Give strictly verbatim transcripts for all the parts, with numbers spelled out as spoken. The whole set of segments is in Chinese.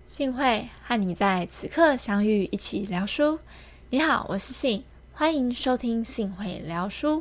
信会和你在此刻相遇，一起聊书。你好，我是信，欢迎收听信会聊书。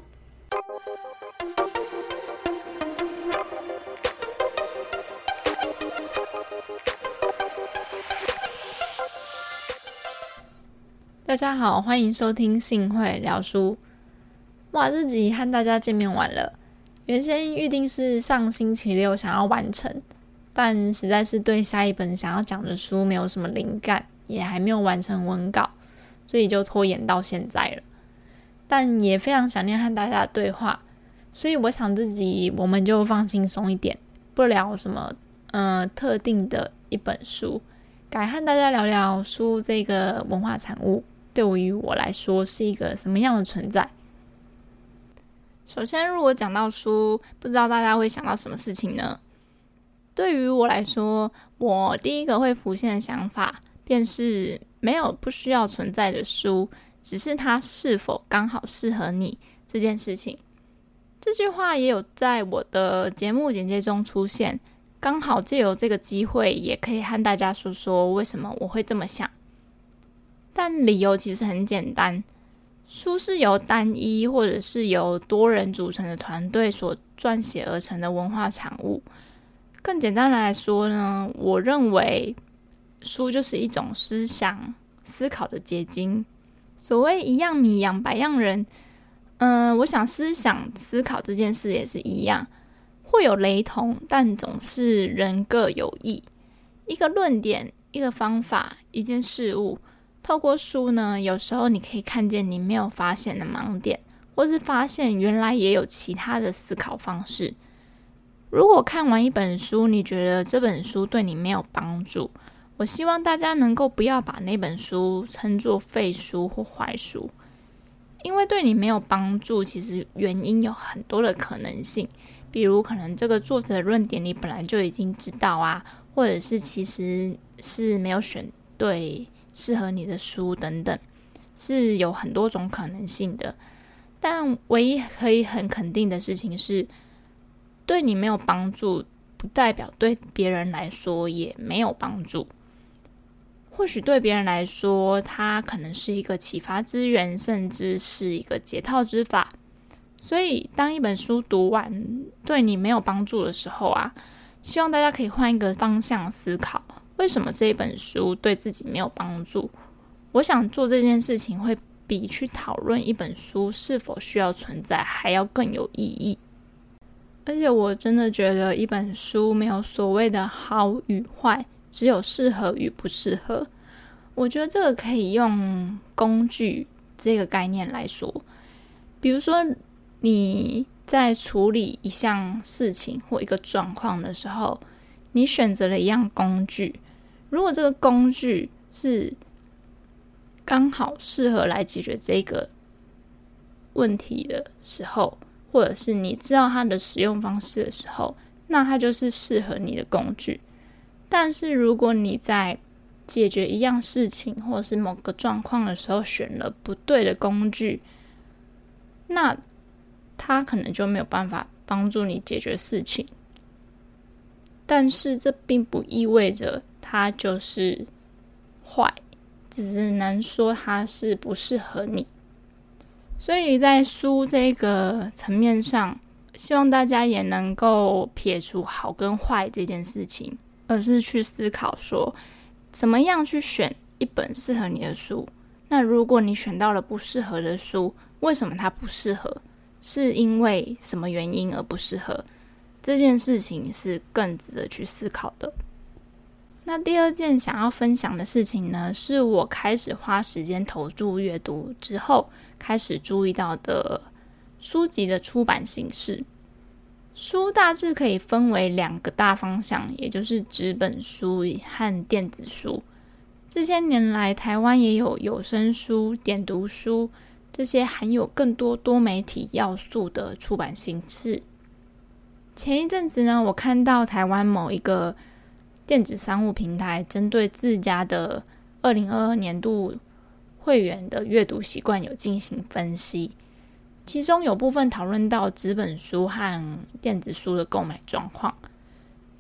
大家好，欢迎收听信会聊书。哇，这集和大家见面晚了，原先预定是上星期六想要完成，但实在是对下一本想要讲的书没有什么灵感，也还没有完成文稿，所以就拖延到现在了。但也非常想念和大家的对话，所以我想自己我们就放轻松一点，不聊什么呃特定的一本书，改和大家聊聊书这个文化产物对于我来说是一个什么样的存在。首先，如果讲到书，不知道大家会想到什么事情呢？对于我来说，我第一个会浮现的想法便是没有不需要存在的书，只是它是否刚好适合你这件事情。这句话也有在我的节目简介中出现，刚好借由这个机会也可以和大家说说为什么我会这么想。但理由其实很简单，书是由单一或者是由多人组成的团队所撰写而成的文化产物。更简单来说呢，我认为书就是一种思想思考的结晶。所谓一样米养百样人，嗯、呃，我想思想思考这件事也是一样，会有雷同，但总是人各有异。一个论点，一个方法，一件事物，透过书呢，有时候你可以看见你没有发现的盲点，或是发现原来也有其他的思考方式。如果看完一本书，你觉得这本书对你没有帮助，我希望大家能够不要把那本书称作废书或坏书，因为对你没有帮助，其实原因有很多的可能性，比如可能这个作者的论点你本来就已经知道啊，或者是其实是没有选对适合你的书等等，是有很多种可能性的。但唯一可以很肯定的事情是，对你没有帮助，不代表对别人来说也没有帮助。或许对别人来说，它可能是一个启发资源，甚至是一个解套之法。所以当一本书读完对你没有帮助的时候啊，希望大家可以换一个方向思考，为什么这一本书对自己没有帮助。我想做这件事情会比去讨论一本书是否需要存在还要更有意义。而且我真的觉得一本书没有所谓的好与坏，只有适合与不适合。我觉得这个可以用工具这个概念来说，比如说你在处理一项事情或一个状况的时候，你选择了一样工具，如果这个工具是刚好适合来解决这个问题的时候，或者是你知道它的使用方式的时候，那它就是适合你的工具。但是如果你在解决一样事情或者是某个状况的时候选了不对的工具，那它可能就没有办法帮助你解决事情。但是这并不意味着它就是坏，只能说它是不适合你。所以在书这个层面上，希望大家也能够撇除好跟坏这件事情，而是去思考说怎么样去选一本适合你的书。那如果你选到了不适合的书，为什么它不适合？是因为什么原因而不适合？这件事情是更值得去思考的。那第二件想要分享的事情呢，是我开始花时间投注阅读之后开始注意到的书籍的出版形式。书大致可以分为两个大方向，也就是纸本书和电子书。这些年来，台湾也有有声书、点读书这些含有更多多媒体要素的出版形式。前一阵子呢，我看到台湾某一个电子商务平台针对自家的二零二二年度会员的阅读习惯有进行分析，其中有部分讨论到纸本书和电子书的购买状况。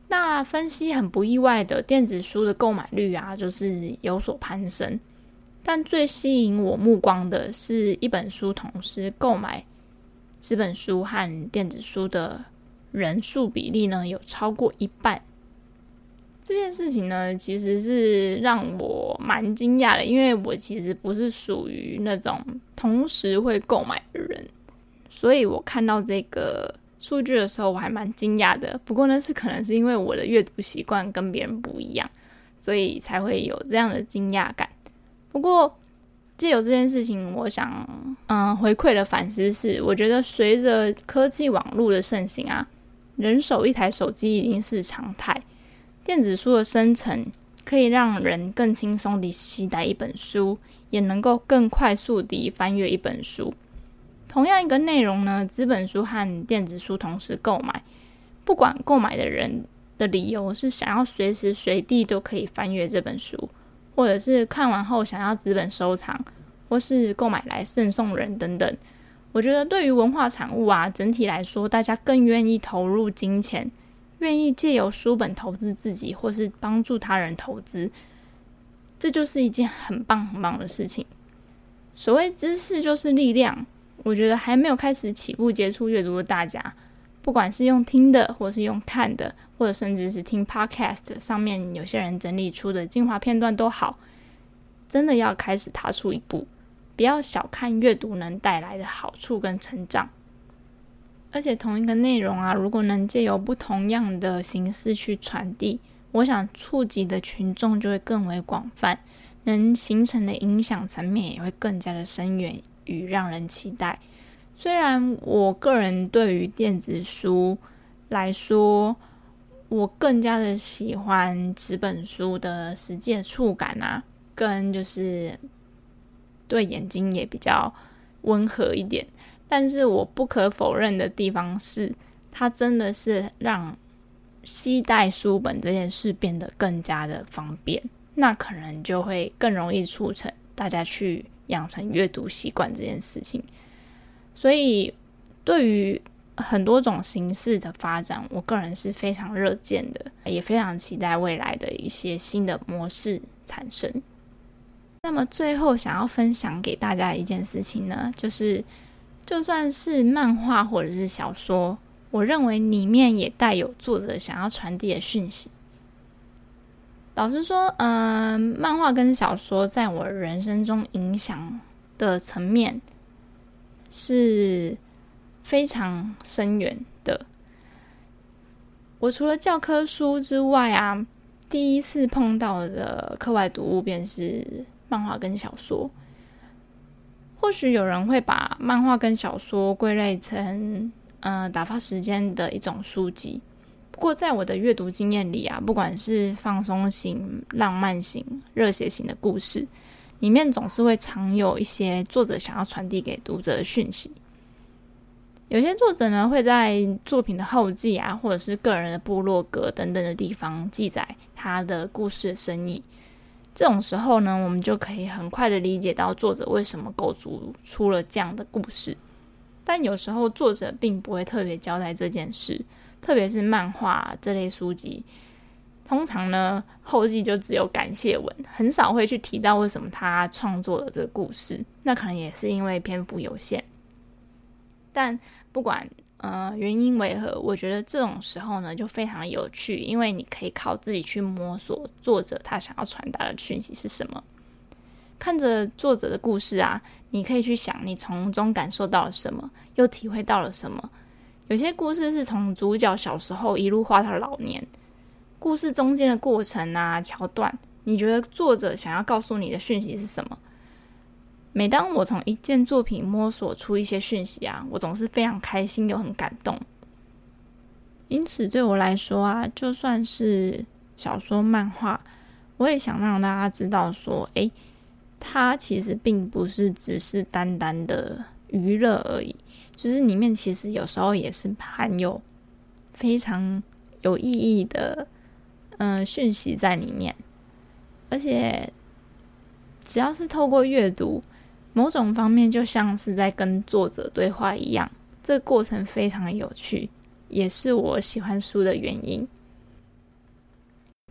那分析很不意外的，电子书的购买率啊，就是有所攀升。但最吸引我目光的是，一本书同时购买纸本书和电子书的人数比例呢，有超过一半。这件事情呢，其实是让我蛮惊讶的，因为我其实不是属于那种同时会购买的人，所以我看到这个数据的时候，我还蛮惊讶的。不过呢，是可能是因为我的阅读习惯跟别人不一样，所以才会有这样的惊讶感。不过藉由这件事情，我想嗯回馈的反思是，我觉得随着科技网络的盛行啊，人手一台手机已经是常态。电子书的生成可以让人更轻松地携带一本书，也能够更快速地翻阅一本书。同样一个内容呢，纸本书和电子书同时购买，不管购买的人的理由是想要随时随地都可以翻阅这本书，或者是看完后想要纸本收藏，或是购买来赠送人等等。我觉得对于文化产物啊，整体来说，大家更愿意投入金钱，愿意借由书本投资自己，或是帮助他人投资，这就是一件很棒很棒的事情。所谓知识就是力量，我觉得还没有开始起步接触阅读的大家，不管是用听的，或是用看的，或者甚至是听 podcast 上面有些人整理出的精华片段都好，真的要开始踏出一步，不要小看阅读能带来的好处跟成长。而且同一个内容啊，如果能借由不同样的形式去传递，我想触及的群众就会更为广泛，能形成的影响层面也会更加的深远与让人期待。虽然我个人对于电子书来说，我更加的喜欢纸本书的实际的触感啊，跟就是对眼睛也比较温和一点，但是我不可否认的地方是，它真的是让携带书本这件事变得更加的方便，那可能就会更容易促成大家去养成阅读习惯这件事情。所以对于很多种形式的发展，我个人是非常热见的，也非常期待未来的一些新的模式产生。那么最后想要分享给大家的一件事情呢，就是就算是漫画或者是小说，我认为里面也带有作者想要传递的讯息。老实说，嗯，漫画跟小说在我人生中影响的层面是非常深远的。我除了教科书之外啊，第一次碰到的课外读物便是漫画跟小说。或许有人会把漫画跟小说归类成呃打发时间的一种书籍，不过在我的阅读经验里啊，不管是放松型、浪漫型、热血型的故事，里面总是会藏有一些作者想要传递给读者的讯息。有些作者呢，会在作品的后记啊，或者是个人的部落格等等的地方记载他的故事的深意。这种时候呢，我们就可以很快的理解到作者为什么构筑出了这样的故事。但有时候作者并不会特别交代这件事，特别是漫画这类书籍，通常呢后记就只有感谢文，很少会去提到为什么他创作了这个故事。那可能也是因为篇幅有限。但不管呃原因为何，我觉得这种时候呢就非常有趣，因为你可以靠自己去摸索作者他想要传达的讯息是什么。看着作者的故事啊，你可以去想你从中感受到了什么，又体会到了什么。有些故事是从主角小时候一路画到老年，故事中间的过程啊桥段，你觉得作者想要告诉你的讯息是什么？每当我从一件作品摸索出一些讯息啊，我总是非常开心又很感动。因此对我来说啊，就算是小说漫画，我也想让大家知道说，诶，它其实并不是只是单单的娱乐而已，就是里面其实有时候也是含有非常有意义的嗯讯息在里面。而且只要是透过阅读，某种方面就像是在跟作者对话一样，这个过程非常有趣，也是我喜欢书的原因。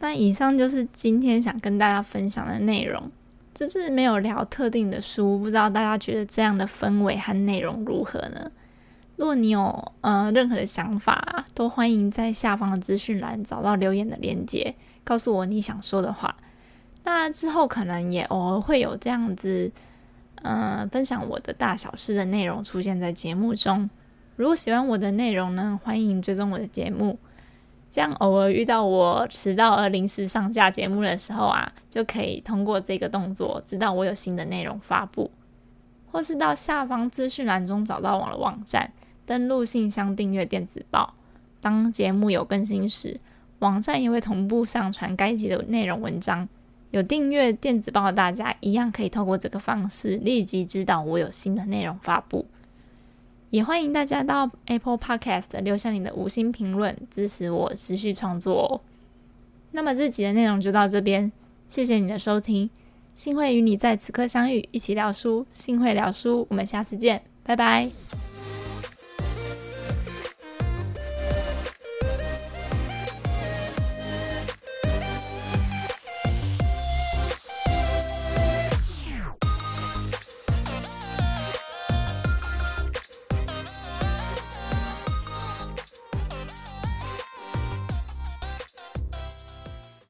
那以上就是今天想跟大家分享的内容。这次没有聊特定的书，不知道大家觉得这样的氛围和内容如何呢？如果你有呃任何的想法、啊、都欢迎在下方的资讯栏找到留言的连结，告诉我你想说的话。那之后可能也偶尔会有这样子呃分享我的大小事的内容出现在节目中。如果喜欢我的内容呢，欢迎追踪我的节目，这样偶尔遇到我迟到而临时上架节目的时候啊，就可以通过这个动作知道我有新的内容发布，或是到下方资讯栏中找到我的网站，登录信箱订阅电子报。当节目有更新时，网站也会同步上传该集的内容文章。有订阅电子报的大家一样可以透过这个方式立即知道我有新的内容发布。也欢迎大家到 Apple Podcast 留下你的五星评论，支持我持续创作哦。那么这集的内容就到这边，谢谢你的收听。信慧与你在此刻相遇，一起聊书，信慧聊书，我们下次见，拜拜。